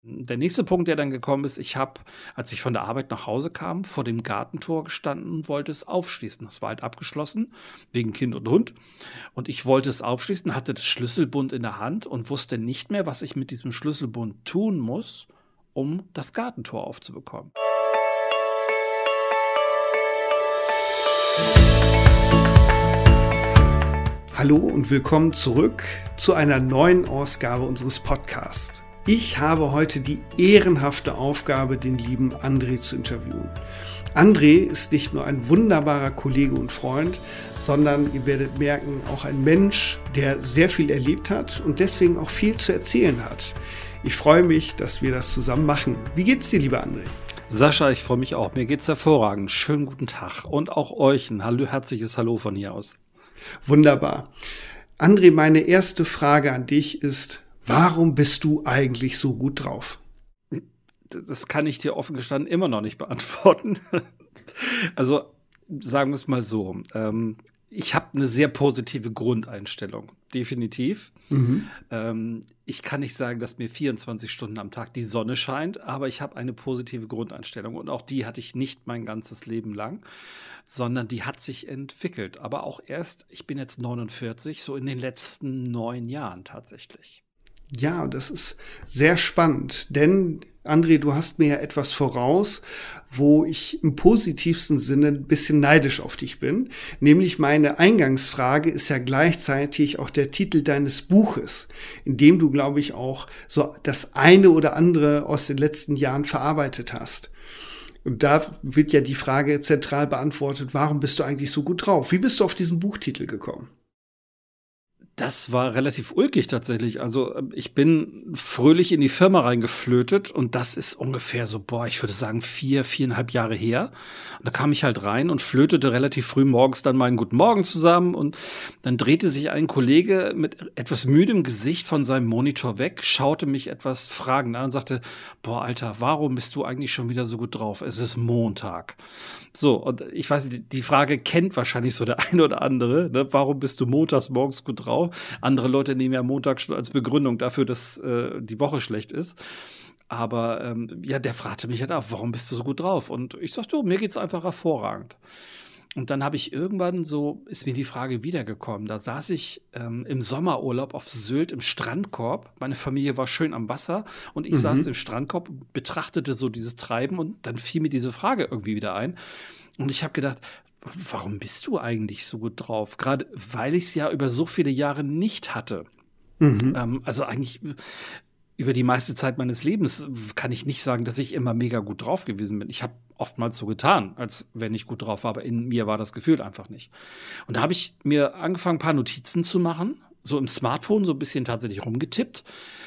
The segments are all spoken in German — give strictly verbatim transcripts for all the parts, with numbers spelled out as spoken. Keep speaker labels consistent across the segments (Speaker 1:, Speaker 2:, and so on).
Speaker 1: Der nächste Punkt, der dann gekommen ist, ich habe, als ich von der Arbeit nach Hause kam, vor dem Gartentor gestanden und wollte es aufschließen. Das war halt abgeschlossen, wegen Kind und Hund. Und ich wollte es aufschließen, hatte das Schlüsselbund in der Hand und wusste nicht mehr, was ich mit diesem Schlüsselbund tun muss, um das Gartentor aufzubekommen.
Speaker 2: Hallo und willkommen zurück zu einer neuen Ausgabe unseres Podcasts. Ich habe heute die ehrenhafte Aufgabe, den lieben André zu interviewen. André ist nicht nur ein wunderbarer Kollege und Freund, sondern ihr werdet merken, auch ein Mensch, der sehr viel erlebt hat und deswegen auch viel zu erzählen hat. Ich freue mich, dass wir das zusammen machen. Wie geht's dir, lieber André?
Speaker 1: Sascha, ich freue mich auch. Mir geht's hervorragend. Schönen guten Tag. Und auch euch ein Hallo, herzliches Hallo von hier aus.
Speaker 2: Wunderbar. André, meine erste Frage an dich ist, warum bist du eigentlich so gut drauf?
Speaker 1: Das kann ich dir offen gestanden immer noch nicht beantworten. Also sagen wir es mal so. Ähm, ich habe eine sehr positive Grundeinstellung, definitiv. Mhm. Ähm, ich kann nicht sagen, dass mir vierundzwanzig Stunden am Tag die Sonne scheint, aber ich habe eine positive Grundeinstellung. Und auch die hatte ich nicht mein ganzes Leben lang, sondern die hat sich entwickelt. Aber auch erst, ich bin jetzt neunundvierzig, so in den letzten neun Jahren tatsächlich.
Speaker 2: Ja, das ist sehr spannend, denn André, du hast mir ja etwas voraus, wo ich im positivsten Sinne ein bisschen neidisch auf dich bin. Nämlich meine Eingangsfrage ist ja gleichzeitig auch der Titel deines Buches, in dem du, glaube ich, auch so das eine oder andere aus den letzten Jahren verarbeitet hast. Und da wird ja die Frage zentral beantwortet, warum bist du eigentlich so gut drauf? Wie bist du auf diesen Buchtitel gekommen?
Speaker 1: Das war relativ ulkig tatsächlich. Also ich bin fröhlich in die Firma reingeflötet und das ist ungefähr so, boah, ich würde sagen vier, viereinhalb Jahre her. Und da kam ich halt rein und flötete relativ früh morgens dann meinen Guten Morgen zusammen und dann drehte sich ein Kollege mit etwas müdem Gesicht von seinem Monitor weg, schaute mich etwas fragend an und sagte, boah, Alter, warum bist du eigentlich schon wieder so gut drauf? Es ist Montag. So, und ich weiß nicht, die Frage kennt wahrscheinlich so der eine oder andere, ne? Warum bist du montags morgens gut drauf? Andere Leute nehmen ja Montag schon als Begründung dafür, dass äh, die Woche schlecht ist. Aber ähm, ja, der fragte mich halt auch, warum bist du so gut drauf? Und ich sagte, oh, mir geht's einfach hervorragend. Und dann habe ich irgendwann so, ist mir die Frage wiedergekommen. Da saß ich ähm, im Sommerurlaub auf Sylt im Strandkorb. Meine Familie war schön am Wasser und ich mhm. saß im Strandkorb, betrachtete so dieses Treiben und dann fiel mir diese Frage irgendwie wieder ein. Und ich habe gedacht, warum bist du eigentlich so gut drauf? Gerade weil ich es ja über so viele Jahre nicht hatte. Mhm. Ähm, also eigentlich über die meiste Zeit meines Lebens kann ich nicht sagen, dass ich immer mega gut drauf gewesen bin. Ich habe oftmals so getan, als wenn ich gut drauf war, aber in mir war das Gefühl einfach nicht. Und da habe ich mir angefangen, ein paar Notizen zu machen, so im Smartphone so ein bisschen tatsächlich rumgetippt.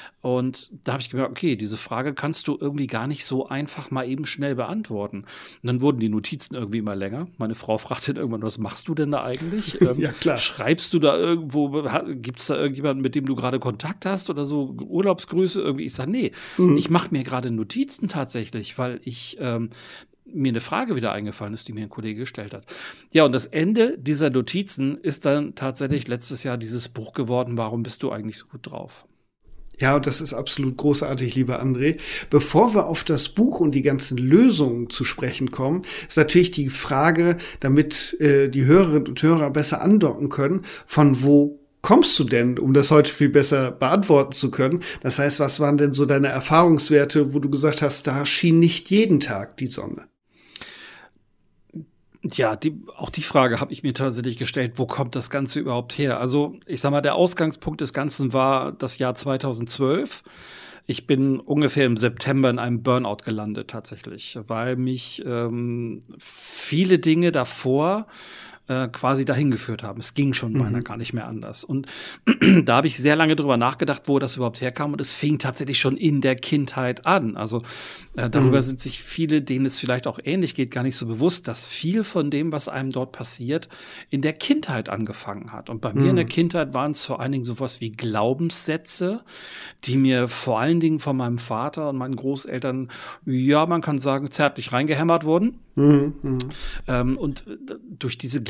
Speaker 1: Und da habe ich gemerkt, okay, diese Frage kannst du irgendwie gar nicht so einfach mal eben schnell beantworten. Und dann wurden die Notizen irgendwie immer länger. Meine Frau fragte dann irgendwann, was machst du denn da eigentlich? Ähm,
Speaker 2: ja, klar.
Speaker 1: Schreibst du da irgendwo, gibt es da irgendjemanden, mit dem du gerade Kontakt hast oder so, Urlaubsgrüße irgendwie? Ich sage, nee, mhm. ich mache mir gerade Notizen tatsächlich, weil ich ähm, mir eine Frage wieder eingefallen ist, die mir ein Kollege gestellt hat. Ja, und das Ende dieser Notizen ist dann tatsächlich letztes Jahr dieses Buch geworden, warum bist du eigentlich so gut drauf?
Speaker 2: Ja, das ist absolut großartig, lieber André. Bevor wir auf das Buch und die ganzen Lösungen zu sprechen kommen, ist natürlich die Frage, damit äh, die Hörerinnen und Hörer besser andocken können, von wo kommst du denn, um das heute viel besser beantworten zu können? Das heißt, was waren denn so deine Erfahrungswerte, wo du gesagt hast, da schien nicht jeden Tag die Sonne?
Speaker 1: Ja, die, auch die Frage habe ich mir tatsächlich gestellt, wo kommt das Ganze überhaupt her? Also ich sag mal, der Ausgangspunkt des Ganzen war das Jahr zweitausendzwölf. Ich bin ungefähr im September in einem Burnout gelandet tatsächlich, weil mich ähm, viele Dinge davor äh, quasi dahin geführt haben. Es ging schon meiner mhm. gar nicht mehr anders. Und da habe ich sehr lange drüber nachgedacht, wo das überhaupt herkam. Und es fing tatsächlich schon in der Kindheit an. Also äh, darüber mhm. sind sich viele, denen es vielleicht auch ähnlich geht, gar nicht so bewusst, dass viel von dem, was einem dort passiert, in der Kindheit angefangen hat. Und bei mhm. mir in der Kindheit waren es vor allen Dingen sowas wie Glaubenssätze, die mir vor allen Dingen von meinem Vater und meinen Großeltern, ja, man kann sagen, zärtlich reingehämmert wurden. Mhm. Ähm, und durch diese Glaubenssätze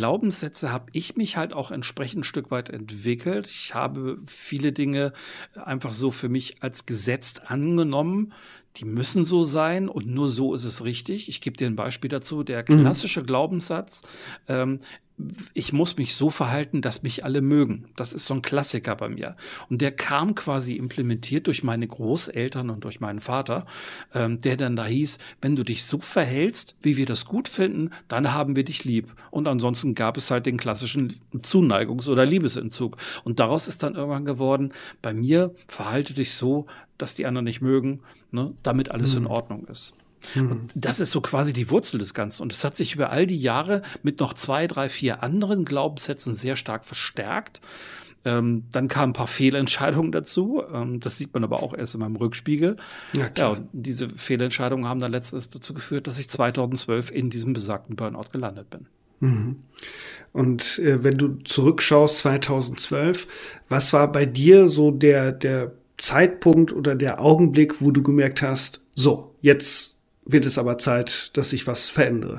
Speaker 1: Glaubenssätze habe ich mich halt auch entsprechend ein Stück weit entwickelt. Ich habe viele Dinge einfach so für mich als gesetzt angenommen. Die müssen so sein und nur so ist es richtig. Ich gebe dir ein Beispiel dazu. Der klassische mhm. Glaubenssatz, ähm, ich muss mich so verhalten, dass mich alle mögen. Das ist so ein Klassiker bei mir. Und der kam quasi implementiert durch meine Großeltern und durch meinen Vater, ähm, der dann da hieß, wenn du dich so verhältst, wie wir das gut finden, dann haben wir dich lieb. Und ansonsten gab es halt den klassischen Zuneigungs- oder Liebesentzug. Und daraus ist dann irgendwann geworden, bei mir verhalte dich so, dass die anderen nicht mögen, ne, damit alles mhm. in Ordnung ist. Und das ist so quasi die Wurzel des Ganzen. Und es hat sich über all die Jahre mit noch zwei, drei, vier anderen Glaubenssätzen sehr stark verstärkt. Ähm, dann kamen ein paar Fehlentscheidungen dazu. Ähm, das sieht man aber auch erst in meinem Rückspiegel. Ja, ja, und diese Fehlentscheidungen haben dann letztens dazu geführt, dass ich zweitausendzwölf in diesem besagten Burnout gelandet bin.
Speaker 2: Mhm. Und äh, wenn du zurückschaust, zweitausendzwölf, was war bei dir so der, der Zeitpunkt oder der Augenblick, wo du gemerkt hast, so, jetzt wird es aber Zeit, dass ich was verändere?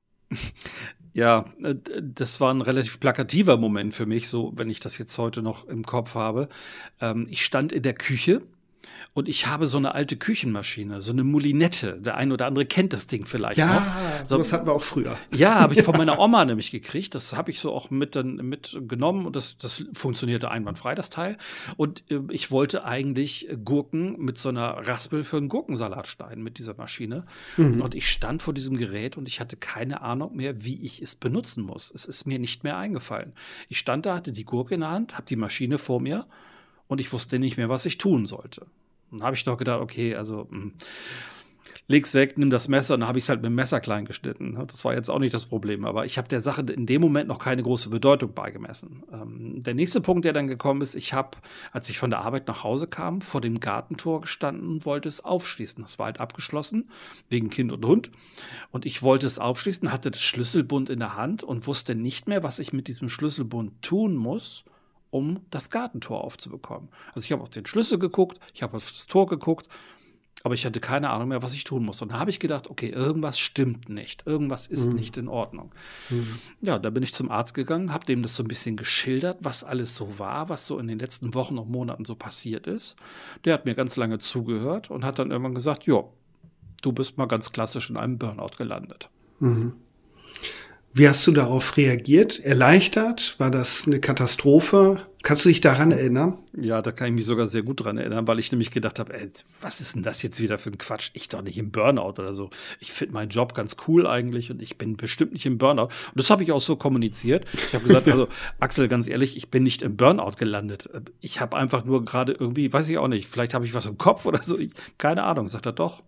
Speaker 1: Ja, das war ein relativ plakativer Moment für mich, so wenn ich das jetzt heute noch im Kopf habe. Ähm, ich stand in der Küche und ich habe so eine alte Küchenmaschine, so eine Moulinette. Der ein oder andere kennt das Ding vielleicht
Speaker 2: ja,
Speaker 1: noch.
Speaker 2: Ja, sowas hatten wir auch früher.
Speaker 1: Ja, habe ich von meiner Oma nämlich gekriegt. Das habe ich so auch mit dann mitgenommen und das, das funktionierte einwandfrei, das Teil. Und äh, ich wollte eigentlich Gurken mit so einer Raspel für einen Gurkensalat schneiden mit dieser Maschine. Mhm. Und ich stand vor diesem Gerät und ich hatte keine Ahnung mehr, wie ich es benutzen muss. Es ist mir nicht mehr eingefallen. Ich stand da, hatte die Gurke in der Hand, habe die Maschine vor mir und ich wusste nicht mehr, was ich tun sollte. Dann habe ich doch gedacht, okay, also mh, leg's weg, nimm das Messer und dann habe ich es halt mit dem Messer klein geschnitten. Das war jetzt auch nicht das Problem, aber ich habe der Sache in dem Moment noch keine große Bedeutung beigemessen. Ähm, der nächste Punkt, der dann gekommen ist, ich habe, als ich von der Arbeit nach Hause kam, vor dem Gartentor gestanden und wollte es aufschließen. Das war halt abgeschlossen, wegen Kind und Hund. Und ich wollte es aufschließen, hatte das Schlüsselbund in der Hand und wusste nicht mehr, was ich mit diesem Schlüsselbund tun muss, um das Gartentor aufzubekommen. Also ich habe auf den Schlüssel geguckt, ich habe auf das Tor geguckt, aber ich hatte keine Ahnung mehr, was ich tun muss. Und da habe ich gedacht, okay, irgendwas stimmt nicht, irgendwas ist mhm. nicht in Ordnung. Mhm. Ja, da bin ich zum Arzt gegangen, habe dem das so ein bisschen geschildert, was alles so war, was so in den letzten Wochen und Monaten so passiert ist. Der hat mir ganz lange zugehört und hat dann irgendwann gesagt, ja, du bist mal ganz klassisch in einem Burnout gelandet.
Speaker 2: Mhm. Wie hast du darauf reagiert? Erleichtert? War das eine Katastrophe? Kannst du dich daran erinnern?
Speaker 1: Ja, da kann ich mich sogar sehr gut dran erinnern, weil ich nämlich gedacht habe, ey, was ist denn das jetzt wieder für ein Quatsch? Ich doch nicht im Burnout oder so. Ich finde meinen Job ganz cool eigentlich und ich bin bestimmt nicht im Burnout. Und das habe ich auch so kommuniziert. Ich habe gesagt, also Axel, ganz ehrlich, ich bin nicht im Burnout gelandet. Ich habe einfach nur gerade irgendwie, weiß ich auch nicht, vielleicht habe ich was im Kopf oder so. Ich, keine Ahnung, sagt er doch.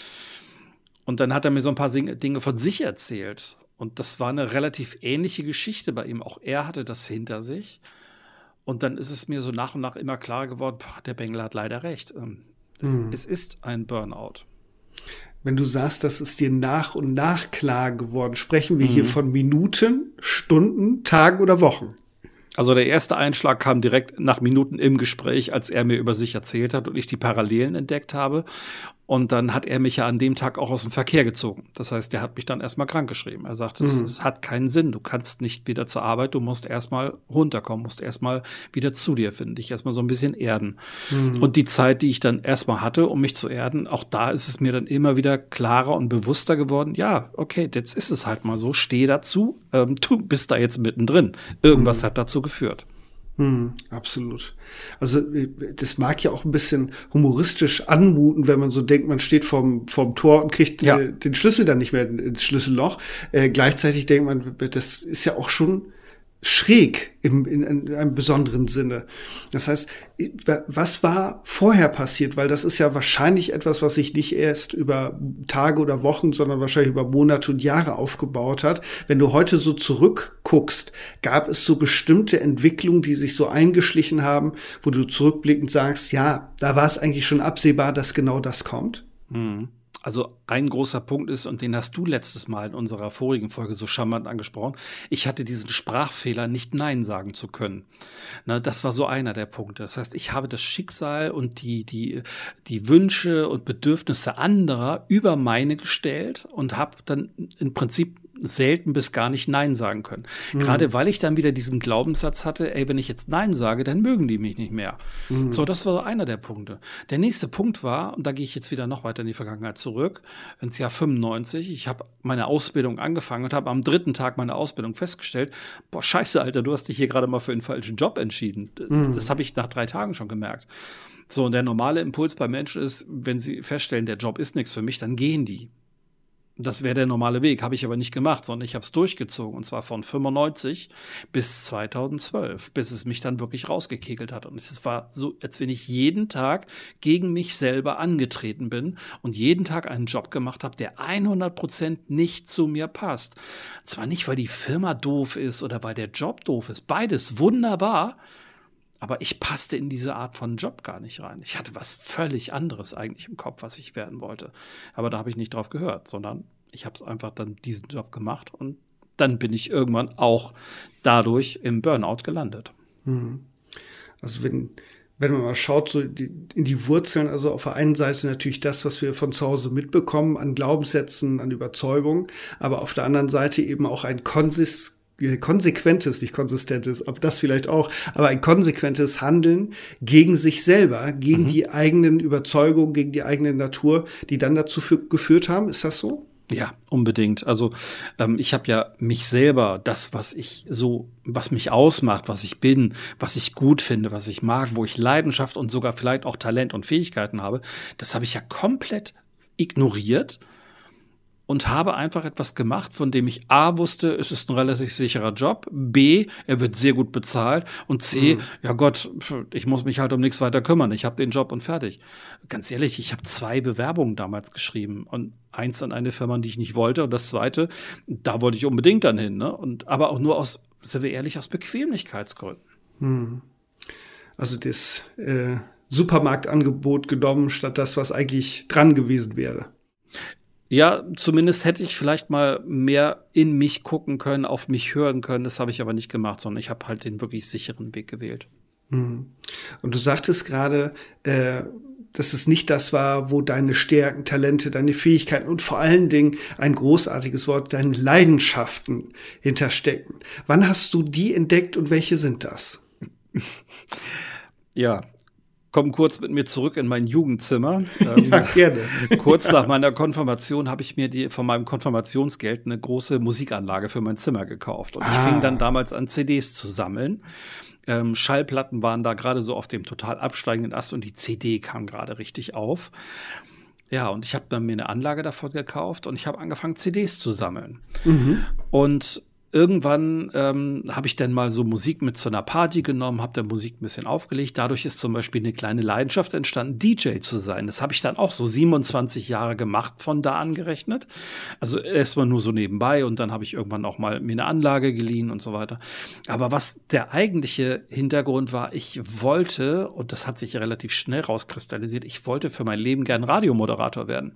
Speaker 1: Und dann hat er mir so ein paar Dinge von sich erzählt. Und das war eine relativ ähnliche Geschichte bei ihm. Auch er hatte das hinter sich. Und dann ist es mir so nach und nach immer klar geworden, boah, der Bengel hat leider recht. Es, mhm. es ist ein Burnout.
Speaker 2: Wenn du sagst, das ist dir nach und nach klar geworden, sprechen wir mhm. hier von Minuten, Stunden, Tagen oder Wochen?
Speaker 1: Also der erste Einschlag kam direkt nach Minuten im Gespräch, als er mir über sich erzählt hat und ich die Parallelen entdeckt habe. Und dann hat er mich ja an dem Tag auch aus dem Verkehr gezogen. Das heißt, der hat mich dann erstmal krankgeschrieben. Er sagte, mhm. es hat keinen Sinn. Du kannst nicht wieder zur Arbeit. Du musst erstmal runterkommen, musst erstmal wieder zu dir finden, dich erstmal so ein bisschen erden. Mhm. Und die Zeit, die ich dann erstmal hatte, um mich zu erden, auch da ist es mir dann immer wieder klarer und bewusster geworden. Ja, okay, jetzt ist es halt mal so. Steh dazu. Ähm, du bist da jetzt mittendrin. Irgendwas mhm. hat dazu geführt.
Speaker 2: Hm, absolut. Also das mag ja auch ein bisschen humoristisch anmuten, wenn man so denkt, man steht vorm, vorm Tor und kriegt ja. äh, den Schlüssel dann nicht mehr ins Schlüsselloch. Äh, gleichzeitig denkt man, das ist ja auch schon schräg im, in, in einem besonderen Sinne. Das heißt, was war vorher passiert? Weil das ist ja wahrscheinlich etwas, was sich nicht erst über Tage oder Wochen, sondern wahrscheinlich über Monate und Jahre aufgebaut hat. Wenn du heute so zurückguckst, gab es so bestimmte Entwicklungen, die sich so eingeschlichen haben, wo du zurückblickend sagst, ja, da war es eigentlich schon absehbar, dass genau das kommt?
Speaker 1: Mhm. Also ein großer Punkt ist, und den hast du letztes Mal in unserer vorigen Folge so charmant angesprochen, ich hatte diesen Sprachfehler, nicht Nein sagen zu können. Na, das war so einer der Punkte. Das heißt, ich habe das Schicksal und die, die, die Wünsche und Bedürfnisse anderer über meine gestellt und habe dann im Prinzip selten bis gar nicht Nein sagen können.
Speaker 2: Mhm.
Speaker 1: Gerade weil ich dann wieder diesen Glaubenssatz hatte, ey, wenn ich jetzt Nein sage, dann mögen die mich nicht mehr. Mhm. So, das war so einer der Punkte. Der nächste Punkt war, und da gehe ich jetzt wieder noch weiter in die Vergangenheit zurück, ins Jahr fünfundneunzig. Ich habe meine Ausbildung angefangen und habe am dritten Tag meiner Ausbildung festgestellt, boah, scheiße, Alter, du hast dich hier gerade mal für den falschen Job entschieden. Mhm. Das habe ich nach drei Tagen schon gemerkt. So, und der normale Impuls bei Menschen ist, wenn sie feststellen, der Job ist nichts für mich, dann gehen die. Das wäre der normale Weg, habe ich aber nicht gemacht, sondern ich habe es durchgezogen, und zwar von fünfundneunzig bis zweitausendzwölf, bis es mich dann wirklich rausgekegelt hat. Und es war so, als wenn ich jeden Tag gegen mich selber angetreten bin und jeden Tag einen Job gemacht habe, der hundert Prozent nicht zu mir passt. Zwar nicht, weil die Firma doof ist oder weil der Job doof ist, beides wunderbar, aber ich passte in diese Art von Job gar nicht rein. Ich hatte was völlig anderes eigentlich im Kopf, was ich werden wollte. Aber da habe ich nicht drauf gehört, sondern ich habe es einfach dann diesen Job gemacht und dann bin ich irgendwann auch dadurch im Burnout gelandet.
Speaker 2: Also wenn, wenn man mal schaut, so die, in die Wurzeln, also auf der einen Seite natürlich das, was wir von zu Hause mitbekommen, an Glaubenssätzen, an Überzeugungen, aber auf der anderen Seite eben auch ein Konsist konsequentes, nicht konsistentes, ob das vielleicht auch, aber ein konsequentes Handeln gegen sich selber, gegen mhm. die eigenen Überzeugungen, gegen die eigene Natur, die dann dazu für, geführt haben. Ist das so?
Speaker 1: Ja, unbedingt. Also ähm, ich habe ja mich selber, das, was ich so, was mich ausmacht, was ich bin, was ich gut finde, was ich mag, wo ich Leidenschaft und sogar vielleicht auch Talent und Fähigkeiten habe, das habe ich ja komplett ignoriert. Und habe einfach etwas gemacht, von dem ich A wusste, es ist ein relativ sicherer Job, B, er wird sehr gut bezahlt und C, mhm. ja Gott, ich muss mich halt um nichts weiter kümmern, ich habe den Job und fertig. Ganz ehrlich, ich habe zwei Bewerbungen damals geschrieben und eins an eine Firma, die ich nicht wollte, und das zweite, da wollte ich unbedingt dann hin, ne? Und aber auch nur aus, sind wir ehrlich, aus Bequemlichkeitsgründen.
Speaker 2: Mhm. Also das äh, Supermarktangebot genommen, statt das, was eigentlich dran gewesen wäre.
Speaker 1: Ja, zumindest hätte ich vielleicht mal mehr in mich gucken können, auf mich hören können. Das habe ich aber nicht gemacht, sondern ich habe halt den wirklich sicheren Weg gewählt.
Speaker 2: Und du sagtest gerade, äh, dass es nicht das war, wo deine Stärken, Talente, deine Fähigkeiten und vor allen Dingen ein großartiges Wort, deine Leidenschaften hinterstecken. Wann hast du die entdeckt und welche sind das?
Speaker 1: Ja, komm kurz mit mir zurück in mein Jugendzimmer. Ähm,
Speaker 2: ja, gerne.
Speaker 1: Kurz nach meiner Konfirmation habe ich mir die, von meinem Konfirmationsgeld eine große Musikanlage für mein Zimmer gekauft. Und ich
Speaker 2: ah.
Speaker 1: fing dann damals an, C Ds zu sammeln. Ähm, Schallplatten waren da gerade so auf dem total absteigenden Ast und die C D kam gerade richtig auf. Ja, und ich habe dann mir eine Anlage davon gekauft und ich habe angefangen, C Ds zu sammeln. Mhm. Und irgendwann ähm, habe ich dann mal so Musik mit zu einer Party genommen, habe dann Musik ein bisschen aufgelegt. Dadurch ist zum Beispiel eine kleine Leidenschaft entstanden, D J zu sein. Das habe ich dann auch so siebenundzwanzig Jahre gemacht, von da an gerechnet. Also erstmal nur so nebenbei und dann habe ich irgendwann auch mal mir eine Anlage geliehen und so weiter. Aber was der eigentliche Hintergrund war, ich wollte, und das hat sich relativ schnell rauskristallisiert, ich wollte für mein Leben gern Radiomoderator werden.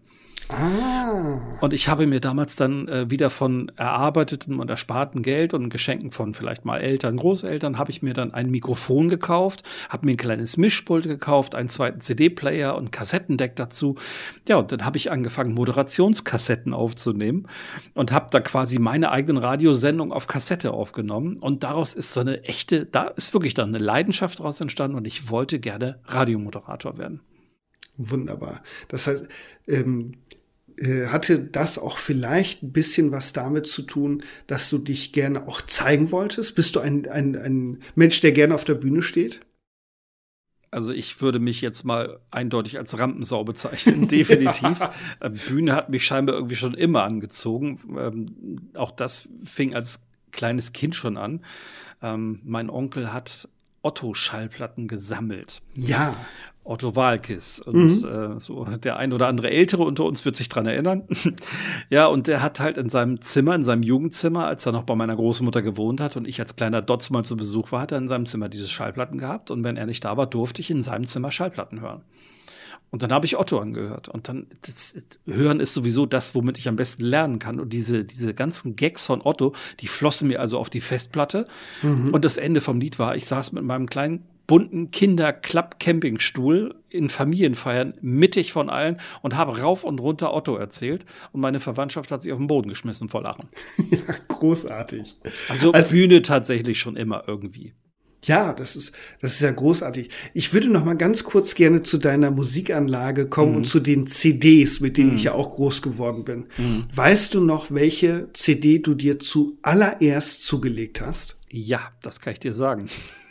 Speaker 1: Ah. Und ich habe mir damals dann äh, wieder von erarbeitetem und erspartem Geld und Geschenken von vielleicht mal Eltern, Großeltern, habe ich mir dann ein Mikrofon gekauft, habe mir ein kleines Mischpult gekauft, einen zweiten C D-Player und ein Kassettendeck dazu. Ja, und dann habe ich angefangen, Moderationskassetten aufzunehmen und habe da quasi meine eigenen Radiosendungen auf Kassette aufgenommen. Und daraus ist so eine echte, da ist wirklich dann eine Leidenschaft daraus entstanden und ich wollte gerne Radiomoderator werden.
Speaker 2: Wunderbar. Das heißt, ähm hatte das auch vielleicht ein bisschen was damit zu tun, dass du dich gerne auch zeigen wolltest? Bist du ein, ein, ein Mensch, der gerne auf der Bühne steht?
Speaker 1: Also ich würde mich jetzt mal eindeutig als Rampensau bezeichnen, definitiv. Ja. Bühne hat mich scheinbar irgendwie schon immer angezogen. Ähm, auch das fing als kleines Kind schon an. Ähm, mein Onkel hat Otto-Schallplatten gesammelt.
Speaker 2: Ja.
Speaker 1: Otto Waalkes. Und mhm. äh, so der ein oder andere Ältere unter uns wird sich dran erinnern. Ja, und der hat halt in seinem Zimmer, in seinem Jugendzimmer, als er noch bei meiner Großmutter gewohnt hat und ich als kleiner Dotz mal zu Besuch war, hat er in seinem Zimmer diese Schallplatten gehabt. Und wenn er nicht da war, durfte ich in seinem Zimmer Schallplatten hören. Und dann habe ich Otto angehört. Und dann, das Hören ist sowieso das, womit ich am besten lernen kann. Und diese, diese ganzen Gags von Otto, die flossen mir also auf die Festplatte. Mhm. Und das Ende vom Lied war, ich saß mit meinem kleinen, bunten Kinder-Klapp-Campingstuhl in Familienfeiern mittig von allen und habe rauf und runter Otto erzählt. Und meine Verwandtschaft hat sich auf den Boden geschmissen vor Lachen.
Speaker 2: Ja, großartig.
Speaker 1: Also, also Bühne tatsächlich schon immer irgendwie.
Speaker 2: Ja, das ist, das ist ja großartig. Ich würde noch mal ganz kurz gerne zu deiner Musikanlage kommen mhm. und zu den C Ds, mit denen mhm. ich ja auch groß geworden bin. Mhm. Weißt du noch, welche C D du dir zuallererst zugelegt hast?
Speaker 1: Ja, das kann ich dir sagen.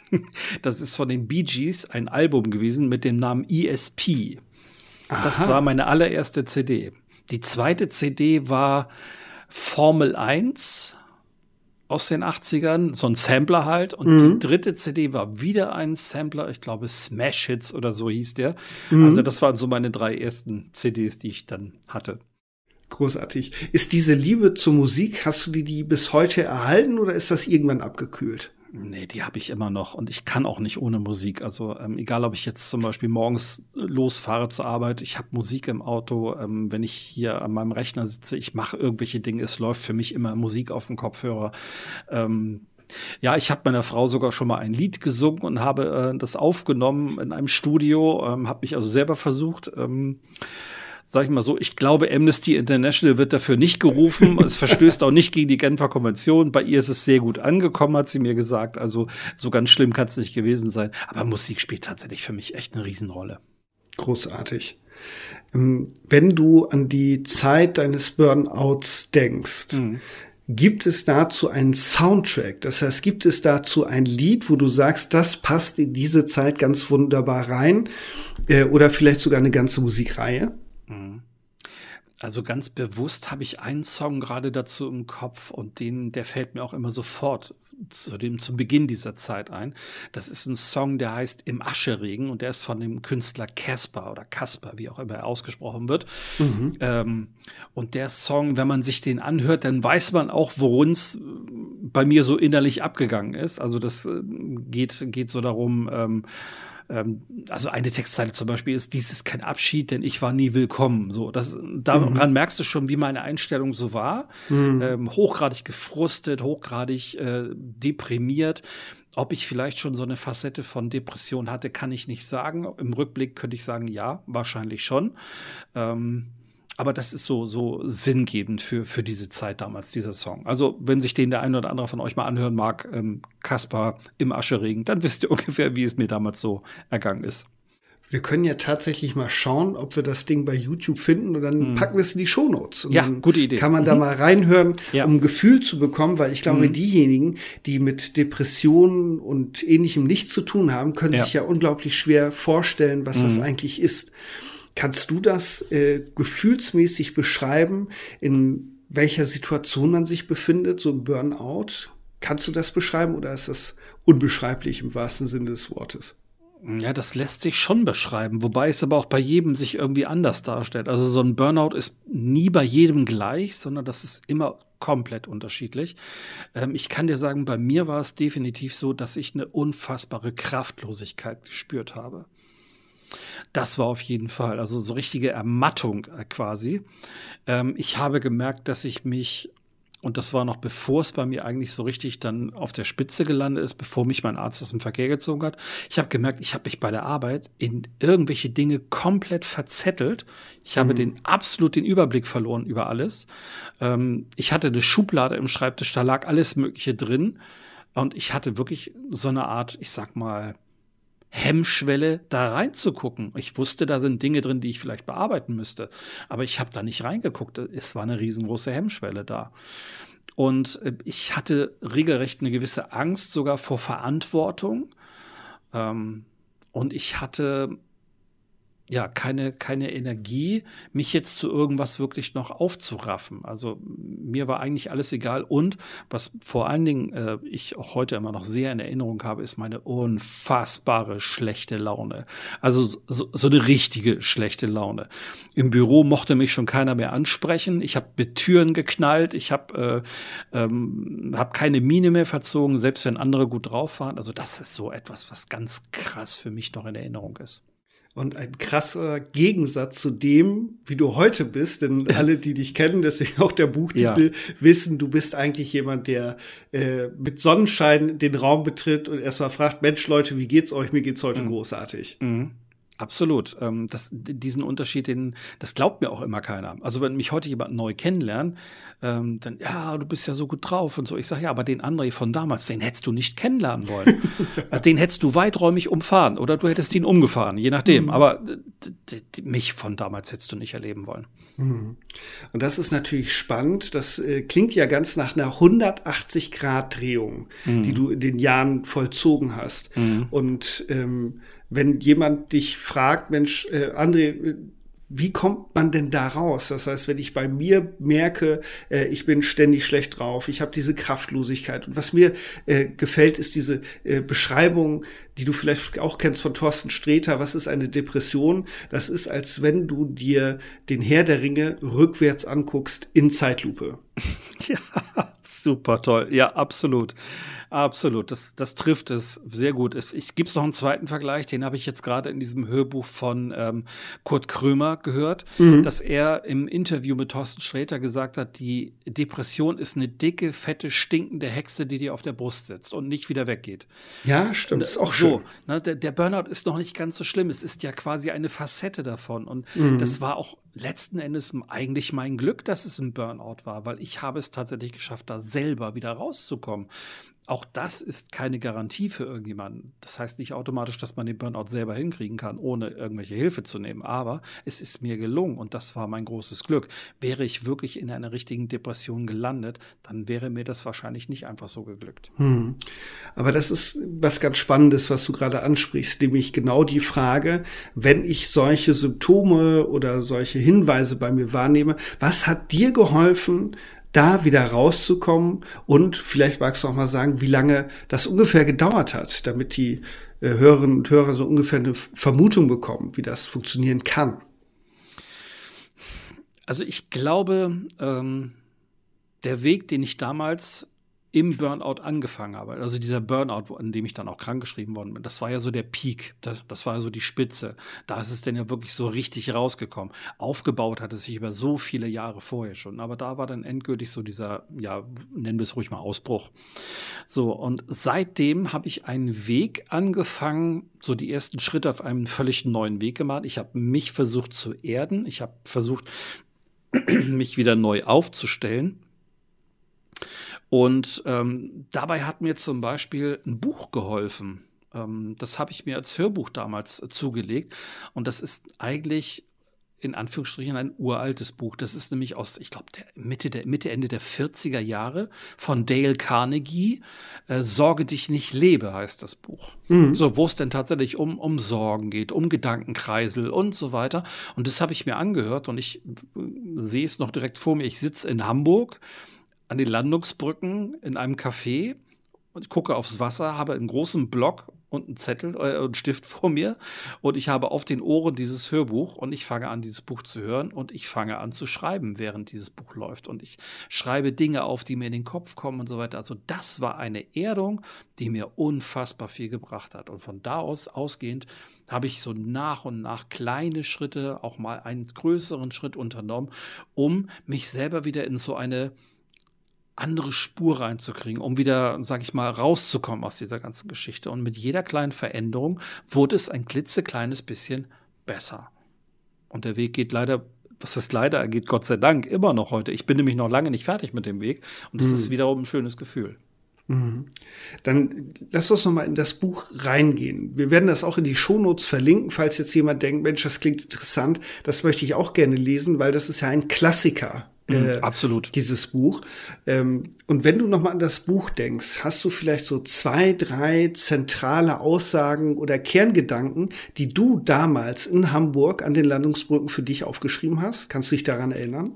Speaker 1: Das ist von den Bee Gees ein Album gewesen mit dem Namen E S P. Aha. Das war meine allererste C D. Die zweite C D war Formel eins aus den achtzigern, so ein Sampler halt. Und mhm. die dritte C D war wieder ein Sampler, ich glaube Smash Hits oder so hieß der. Mhm. Also das waren so meine drei ersten C Ds, die ich dann hatte.
Speaker 2: Großartig. Ist diese Liebe zur Musik, hast du die, die bis heute erhalten oder ist das irgendwann abgekühlt?
Speaker 1: Nee, die habe ich immer noch und ich kann auch nicht ohne Musik. Also ähm, egal, ob ich jetzt zum Beispiel morgens losfahre zur Arbeit, ich habe Musik im Auto. Ähm, wenn ich hier an meinem Rechner sitze, ich mache irgendwelche Dinge, es läuft für mich immer Musik auf dem Kopfhörer. Ähm, ja, ich habe meiner Frau sogar schon mal ein Lied gesungen und habe äh, das aufgenommen in einem Studio, ähm, habe mich also selber versucht, ähm, sag ich mal so, ich glaube, Amnesty International wird dafür nicht gerufen. Es verstößt auch nicht gegen die Genfer Konvention. Bei ihr ist es sehr gut angekommen, hat sie mir gesagt. Also so ganz schlimm kann es nicht gewesen sein. Aber Musik spielt tatsächlich für mich echt eine Riesenrolle.
Speaker 2: Großartig. Wenn du an die Zeit deines Burnouts denkst, mhm. gibt es dazu einen Soundtrack? Das heißt, gibt es dazu ein Lied, wo du sagst, das passt in diese Zeit ganz wunderbar rein? Äh, oder vielleicht sogar eine ganze Musikreihe?
Speaker 1: Also ganz bewusst habe ich einen Song gerade dazu im Kopf und den, der fällt mir auch immer sofort zu dem, zum Beginn dieser Zeit ein. Das ist ein Song, der heißt Im Ascheregen und der ist von dem Künstler Casper oder Casper, wie auch immer er ausgesprochen wird. Mhm. Ähm, und der Song, wenn man sich den anhört, dann weiß man auch, worum es bei mir so innerlich abgegangen ist. Also das geht, geht so darum, ähm, also eine Textzeile zum Beispiel ist, dies ist kein Abschied, denn ich war nie willkommen. So, das, daran mhm. merkst du schon, wie meine Einstellung so war. Mhm. Ähm, hochgradig gefrustet, hochgradig äh, deprimiert. Ob ich vielleicht schon so eine Facette von Depression hatte, kann ich nicht sagen. Im Rückblick könnte ich sagen, ja, wahrscheinlich schon. Ähm, Aber das ist so, so sinngebend für, für diese Zeit damals, dieser Song. Also, wenn sich den der eine oder andere von euch mal anhören mag, ähm, Casper Im Ascheregen, dann wisst ihr ungefähr, wie es mir damals so ergangen ist.
Speaker 2: Wir können ja tatsächlich mal schauen, ob wir das Ding bei YouTube finden und dann mhm. packen wir es in die Shownotes. Und
Speaker 1: ja,
Speaker 2: dann
Speaker 1: gute Idee.
Speaker 2: Kann man
Speaker 1: mhm.
Speaker 2: da mal reinhören,
Speaker 1: ja.
Speaker 2: um ein Gefühl zu bekommen, weil ich glaube,
Speaker 1: mhm.
Speaker 2: diejenigen, die mit Depressionen und Ähnlichem nichts zu tun haben, können
Speaker 1: ja.
Speaker 2: sich ja unglaublich schwer vorstellen, was mhm. das eigentlich ist. Kannst du das äh, gefühlsmäßig beschreiben, in welcher Situation man sich befindet, so ein Burnout? Kannst du das beschreiben oder ist das unbeschreiblich im wahrsten Sinne des Wortes?
Speaker 1: Ja, das lässt sich schon beschreiben, wobei es aber auch bei jedem sich irgendwie anders darstellt. Also so ein Burnout ist nie bei jedem gleich, sondern das ist immer komplett unterschiedlich. Ähm, ich kann dir sagen, bei mir war es definitiv so, dass ich eine unfassbare Kraftlosigkeit gespürt habe. Das war auf jeden Fall, also so richtige Ermattung äh, quasi. Ähm, ich habe gemerkt, dass ich mich, und das war noch bevor es bei mir eigentlich so richtig dann auf der Spitze gelandet ist, bevor mich mein Arzt aus dem Verkehr gezogen hat, ich habe gemerkt, ich habe mich bei der Arbeit in irgendwelche Dinge komplett verzettelt. Ich habe mhm. den absolut den Überblick verloren über alles. Ähm, ich hatte eine Schublade im Schreibtisch, da lag alles Mögliche drin. Und ich hatte wirklich so eine Art, ich sag mal, Hemmschwelle, da reinzugucken. Ich wusste, da sind Dinge drin, die ich vielleicht bearbeiten müsste. Aber ich habe da nicht reingeguckt. Es war eine riesengroße Hemmschwelle da. Und ich hatte regelrecht eine gewisse Angst sogar vor Verantwortung. Und ich hatte ja keine, keine Energie, mich jetzt zu irgendwas wirklich noch aufzuraffen. Also mir war eigentlich alles egal. Und was vor allen Dingen äh, ich auch heute immer noch sehr in Erinnerung habe, ist meine unfassbare schlechte Laune. Also so, so eine richtige schlechte Laune. Im Büro mochte mich schon keiner mehr ansprechen. Ich habe mit Türen geknallt. Ich habe äh, ähm, hab keine Miene mehr verzogen, selbst wenn andere gut drauf waren. Also das ist so etwas, was ganz krass für mich noch in Erinnerung ist.
Speaker 2: und ein krasser Gegensatz zu dem, wie du heute bist. Denn alle, die dich kennen, deswegen auch der Buchtitel, ja. wissen, du bist eigentlich jemand, der äh, mit Sonnenschein den Raum betritt und erstmal fragt, Mensch, Leute, wie geht's euch? Mir geht's heute mhm. großartig.
Speaker 1: Mhm. Absolut. Ähm, das, diesen Unterschied, den, das glaubt mir auch immer keiner. Also wenn mich heute jemand neu kennenlernt, ähm, dann, ja, du bist ja so gut drauf und so. Ich sage, ja, aber den André von damals, den hättest du nicht kennenlernen wollen. ja. Den hättest du weiträumig umfahren oder du hättest ihn umgefahren, je nachdem. Mhm. Aber d- d- mich von damals hättest du nicht erleben wollen.
Speaker 2: Mhm. Und das ist natürlich spannend. Das äh, klingt ja ganz nach einer hundertachtzig Grad Drehung, mhm. die du in den Jahren vollzogen hast. Mhm. Und ähm, wenn jemand dich fragt, Mensch, äh, André, wie kommt man denn da raus? Das heißt, wenn ich bei mir merke, äh, ich bin ständig schlecht drauf, ich habe diese Kraftlosigkeit. Und was mir äh, gefällt, ist diese äh, Beschreibung, die du vielleicht auch kennst von Thorsten Sträter. Was ist eine Depression? Das ist, als wenn du dir den Herr der Ringe rückwärts anguckst in Zeitlupe.
Speaker 1: Ja, super toll. Ja, absolut. Absolut, das, das trifft es sehr gut. Es, ich gibt's noch einen zweiten Vergleich, den habe ich jetzt gerade in diesem Hörbuch von ähm, Kurt Krömer gehört, mhm. dass er im Interview mit Thorsten Sträter gesagt hat, die Depression ist eine dicke, fette, stinkende Hexe, die dir auf der Brust sitzt und nicht wieder weggeht.
Speaker 2: Ja, stimmt, ist auch so.
Speaker 1: Ne, der, der Burnout ist noch nicht ganz so schlimm, es ist ja quasi eine Facette davon und mhm. das war auch letzten Endes eigentlich mein Glück, dass es ein Burnout war, weil ich habe es tatsächlich geschafft, da selber wieder rauszukommen. Auch das ist keine Garantie für irgendjemanden. Das heißt nicht automatisch, dass man den Burnout selber hinkriegen kann, ohne irgendwelche Hilfe zu nehmen. Aber es ist mir gelungen und das war mein großes Glück. Wäre ich wirklich in einer richtigen Depression gelandet, dann wäre mir das wahrscheinlich nicht einfach so geglückt.
Speaker 2: Hm. Aber das ist was ganz Spannendes, was du gerade ansprichst, nämlich genau die Frage, wenn ich solche Symptome oder solche Hinweise bei mir wahrnehme, was hat dir geholfen, da wieder rauszukommen? Und vielleicht magst du auch mal sagen, wie lange das ungefähr gedauert hat, damit die äh, Hörerinnen und Hörer so ungefähr eine Vermutung bekommen, wie das funktionieren kann.
Speaker 1: Also ich glaube, ähm, der Weg, den ich damals im Burnout angefangen habe, also dieser Burnout, an dem ich dann auch krankgeschrieben worden bin, das war ja so der Peak, das, das war ja so die Spitze. Da ist es denn ja wirklich so richtig rausgekommen. Aufgebaut hat es sich über so viele Jahre vorher schon, aber da war dann endgültig so dieser, ja, nennen wir es ruhig mal Ausbruch. So, und seitdem habe ich einen Weg angefangen, so die ersten Schritte auf einem völlig neuen Weg gemacht. Ich habe mich versucht zu erden, ich habe versucht, mich wieder neu aufzustellen. Und ähm, dabei hat mir zum Beispiel ein Buch geholfen. Ähm, das habe ich mir als Hörbuch damals äh, zugelegt. Und das ist eigentlich in Anführungsstrichen ein uraltes Buch. Das ist nämlich aus, ich glaube, der Mitte, der Mitte, Ende der vierziger Jahre von Dale Carnegie. Äh, Sorge dich nicht, lebe heißt das Buch. Mhm. So, wo es denn tatsächlich um, um Sorgen geht, um Gedankenkreisel und so weiter. Und das habe ich mir angehört und ich äh, sehe es noch direkt vor mir. Ich sitze in Hamburg an den Landungsbrücken in einem Café und gucke aufs Wasser, habe einen großen Block und einen Zettel äh, und einen Stift vor mir und ich habe auf den Ohren dieses Hörbuch und ich fange an, dieses Buch zu hören und ich fange an zu schreiben, während dieses Buch läuft und ich schreibe Dinge auf, die mir in den Kopf kommen und so weiter. Also das war eine Erdung, die mir unfassbar viel gebracht hat und von da aus ausgehend habe ich so nach und nach kleine Schritte, auch mal einen größeren Schritt unternommen, um mich selber wieder in so eine andere Spur reinzukriegen, um wieder, sag ich mal, rauszukommen aus dieser ganzen Geschichte. Und mit jeder kleinen Veränderung wurde es ein klitzekleines bisschen besser. Und der Weg geht leider, was ist leider, er geht Gott sei Dank immer noch heute. Ich bin nämlich noch lange nicht fertig mit dem Weg. Und das mhm. ist wiederum ein schönes Gefühl.
Speaker 2: Mhm. Dann lass uns noch mal in das Buch reingehen. Wir werden das auch in die Shownotes verlinken, falls jetzt jemand denkt, Mensch, das klingt interessant. Das möchte ich auch gerne lesen, weil das ist ja ein Klassiker. Äh,
Speaker 1: Absolut.
Speaker 2: Dieses Buch. Ähm, und wenn du noch mal an das Buch denkst, hast du vielleicht so zwei, drei zentrale Aussagen oder Kerngedanken, die du damals in Hamburg an den Landungsbrücken für dich aufgeschrieben hast? Kannst du dich daran erinnern?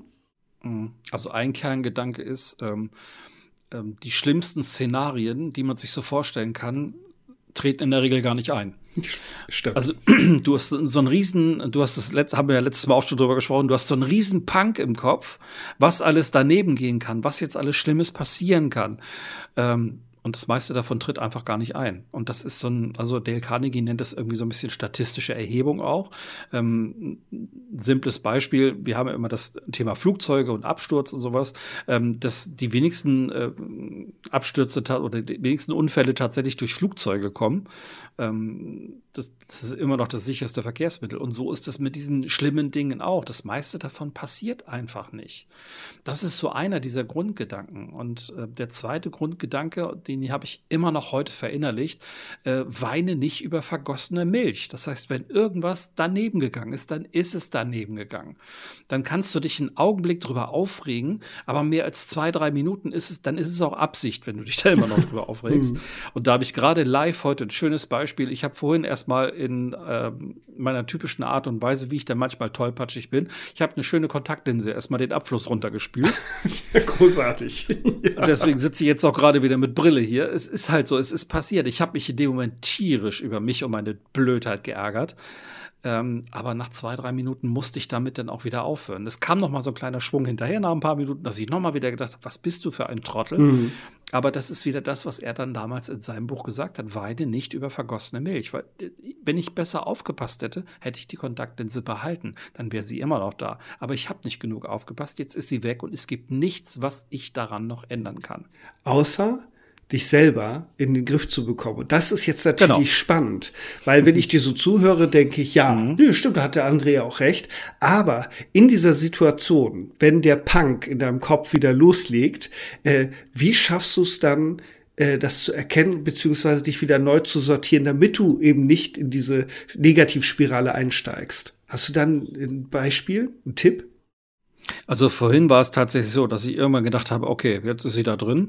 Speaker 1: Also ein Kerngedanke ist, ähm, ähm, die schlimmsten Szenarien, die man sich so vorstellen kann, treten in der Regel gar nicht ein. Stimmt. Also du hast so einen riesen, du hast das letzte, haben wir ja letztes Mal auch schon drüber gesprochen, du hast so einen riesen Punk im Kopf, was alles daneben gehen kann, was jetzt alles Schlimmes passieren kann. Ähm, Und das meiste davon tritt einfach gar nicht ein. Und das ist so ein, also Dale Carnegie nennt das irgendwie so ein bisschen statistische Erhebung auch. Ähm, simples Beispiel, wir haben ja immer das Thema Flugzeuge und Absturz und sowas, ähm, dass die wenigsten äh, Abstürze oder die wenigsten Unfälle tatsächlich durch Flugzeuge kommen. Ähm, das, das ist immer noch das sicherste Verkehrsmittel. Und so ist es mit diesen schlimmen Dingen auch. Das meiste davon passiert einfach nicht. Das ist so einer dieser Grundgedanken. Und äh, der zweite Grundgedanke, den habe ich immer noch heute verinnerlicht, äh, weine nicht über vergossene Milch. Das heißt, wenn irgendwas daneben gegangen ist, dann ist es daneben gegangen. Dann kannst du dich einen Augenblick drüber aufregen, aber mehr als zwei, drei Minuten ist es, dann ist es auch Absicht, wenn du dich da immer noch drüber aufregst. Und da habe ich gerade live heute ein schönes Beispiel. Ich habe vorhin erstmal in äh, meiner typischen Art und Weise, wie ich da manchmal tollpatschig bin, ich habe eine schöne Kontaktlinse erstmal den Abfluss runtergespült.
Speaker 2: Sehr großartig.
Speaker 1: Ja. Deswegen sitze ich jetzt auch gerade wieder mit Brille hier. Es ist halt so, es ist passiert. Ich habe mich in dem Moment tierisch über mich und meine Blödheit geärgert. Ähm, aber nach zwei, drei Minuten musste ich damit dann auch wieder aufhören. Es kam noch mal so ein kleiner Schwung hinterher nach ein paar Minuten, dass ich noch mal wieder gedacht habe, was bist du für ein Trottel? Mhm. Aber das ist wieder das, was er dann damals in seinem Buch gesagt hat, weine nicht über vergossene Milch. Weil wenn ich besser aufgepasst hätte, hätte ich die Kontaktlinse behalten. Dann wäre sie immer noch da. Aber ich habe nicht genug aufgepasst, jetzt ist sie weg und es gibt nichts, was ich daran noch ändern kann.
Speaker 2: Außer dich selber in den Griff zu bekommen. Und das ist jetzt natürlich
Speaker 1: genau.
Speaker 2: spannend, weil wenn ich dir so zuhöre, denke ich, ja, mhm. nö, stimmt, da hat der André auch recht. Aber in dieser Situation, wenn der Punk in deinem Kopf wieder loslegt, äh, wie schaffst du es dann, äh, das zu erkennen, beziehungsweise dich wieder neu zu sortieren, damit du eben nicht in diese Negativspirale einsteigst? Hast du dann ein Beispiel, einen Tipp?
Speaker 1: Also vorhin war es tatsächlich so, dass ich irgendwann gedacht habe, okay, jetzt ist sie da drin.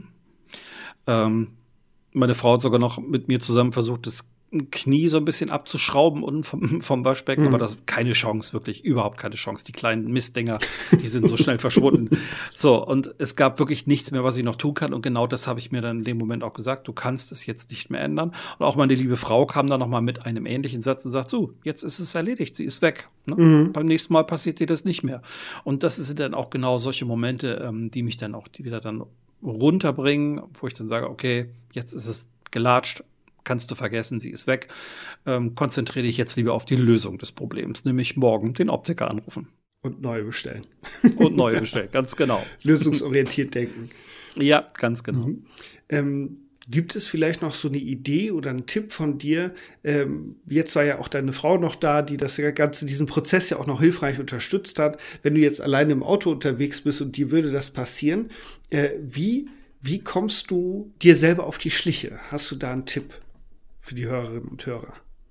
Speaker 1: Ähm, meine Frau hat sogar noch mit mir zusammen versucht, das Knie so ein bisschen abzuschrauben unten vom, vom Waschbecken, mhm. aber das keine Chance, wirklich überhaupt keine Chance. Die kleinen Mistdinger, die sind so schnell verschwunden. So, und es gab wirklich nichts mehr, was ich noch tun kann. Und genau das habe ich mir dann in dem Moment auch gesagt. Du kannst es jetzt nicht mehr ändern. Und auch meine liebe Frau kam dann noch mal mit einem ähnlichen Satz und sagt, so, jetzt ist es erledigt, sie ist weg. Ne? Mhm. Beim nächsten Mal passiert dir das nicht mehr. Und das sind dann auch genau solche Momente, ähm, die mich dann auch die wieder dann runterbringen, wo ich dann sage, okay, jetzt ist es gelatscht, kannst du vergessen, sie ist weg. Ähm, konzentriere dich jetzt lieber auf die Lösung des Problems, nämlich morgen den Optiker anrufen.
Speaker 2: Und neu bestellen.
Speaker 1: Und neu bestellen, ganz genau.
Speaker 2: Lösungsorientiert denken.
Speaker 1: Ja, ganz genau.
Speaker 2: Mhm. Ähm, gibt es vielleicht noch so eine Idee oder einen Tipp von dir? Ähm, jetzt war ja auch deine Frau noch da, die das Ganze, diesen Prozess ja auch noch hilfreich unterstützt hat. Wenn du jetzt alleine im Auto unterwegs bist und dir würde das passieren, äh, wie, wie kommst du dir selber auf die Schliche? Hast du da einen Tipp für die Hörerinnen und Hörer?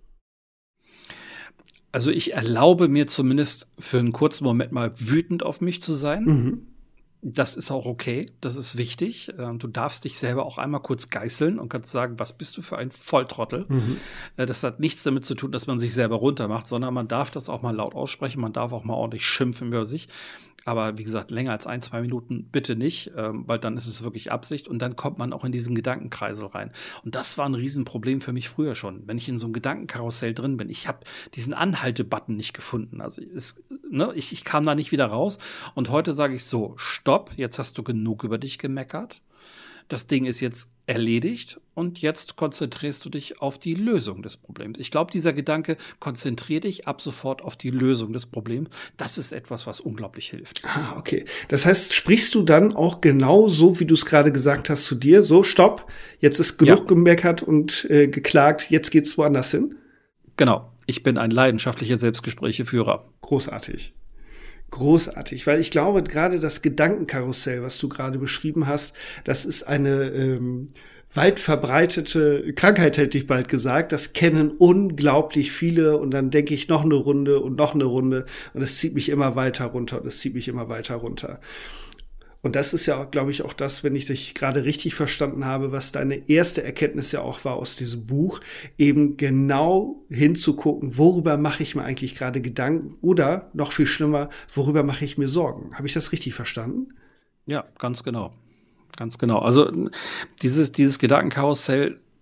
Speaker 1: Also ich erlaube mir zumindest für einen kurzen Moment mal wütend auf mich zu sein. Mhm. Das ist auch okay, das ist wichtig. Du darfst dich selber auch einmal kurz geißeln und kannst sagen, was bist du für ein Volltrottel? Mhm. Das hat nichts damit zu tun, dass man sich selber runtermacht, sondern man darf das auch mal laut aussprechen, man darf auch mal ordentlich schimpfen über sich. Aber wie gesagt, länger als ein, zwei Minuten bitte nicht, ähm, weil dann ist es wirklich Absicht und dann kommt man auch in diesen Gedankenkreisel rein. Und das war ein Riesenproblem für mich früher schon, wenn ich in so einem Gedankenkarussell drin bin. Ich habe diesen Anhalte-Button nicht gefunden. Also es, ne, ich, ich kam da nicht wieder raus. Und heute sage ich so, stopp, jetzt hast du genug über dich gemeckert. Das Ding ist jetzt erledigt und jetzt konzentrierst du dich auf die Lösung des Problems. Ich glaube, dieser Gedanke, konzentrier dich ab sofort auf die Lösung des Problems, das ist etwas, was unglaublich hilft.
Speaker 2: Ah, okay. Das heißt, sprichst du dann auch genau so, wie du es gerade gesagt hast, zu dir, so, stopp, jetzt ist genug ja. gemeckert und äh, geklagt, jetzt geht's woanders hin?
Speaker 1: Genau. Ich bin ein leidenschaftlicher Selbstgesprächeführer.
Speaker 2: Großartig. Großartig, weil ich glaube, gerade das Gedankenkarussell, was du gerade beschrieben hast, das ist eine ähm, weit verbreitete Krankheit, hätte ich bald gesagt. Das kennen unglaublich viele und dann denke ich noch eine Runde und noch eine Runde und es zieht mich immer weiter runter und es zieht mich immer weiter runter. Und das ist ja, glaube ich, auch das, wenn ich dich gerade richtig verstanden habe, was deine erste Erkenntnis ja auch war aus diesem Buch, eben genau hinzugucken, worüber mache ich mir eigentlich gerade Gedanken oder noch viel schlimmer, worüber mache ich mir Sorgen? Habe ich das richtig verstanden?
Speaker 1: Ja, ganz genau. Ganz genau. Also dieses, dieses Gedankenkarussell,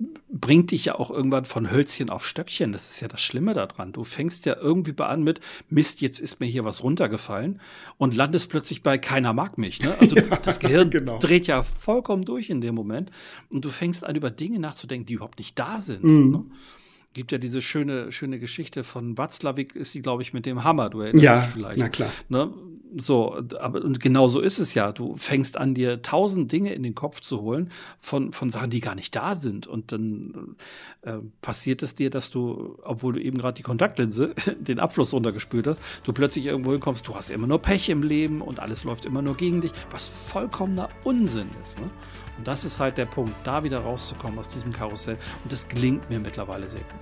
Speaker 1: bringt dich ja auch irgendwann von Hölzchen auf Stöckchen. Das ist ja das Schlimme daran. Du fängst ja irgendwie an mit, Mist, jetzt ist mir hier was runtergefallen und landest plötzlich bei keiner mag mich. Ne? Also ja, das Gehirn genau. dreht ja vollkommen durch in dem Moment und du fängst an, über Dinge nachzudenken, die überhaupt nicht da sind. Mhm. Ne? Gibt ja diese schöne, schöne Geschichte von Watzlawick, ist sie, glaube ich, mit dem Hammer. Du erinnerst
Speaker 2: ja,
Speaker 1: dich vielleicht.
Speaker 2: Na klar.
Speaker 1: Ne? So, aber und genau so ist es ja. Du fängst an, dir tausend Dinge in den Kopf zu holen von, von Sachen, die gar nicht da sind. Und dann äh, passiert es dir, dass du, obwohl du eben gerade die Kontaktlinse, den Abfluss runtergespült hast, du plötzlich irgendwo hinkommst, du hast immer nur Pech im Leben und alles läuft immer nur gegen dich, was vollkommener Unsinn ist. Ne? Und das ist halt der Punkt, da wieder rauszukommen aus diesem Karussell. Und das gelingt mir mittlerweile sehr gut.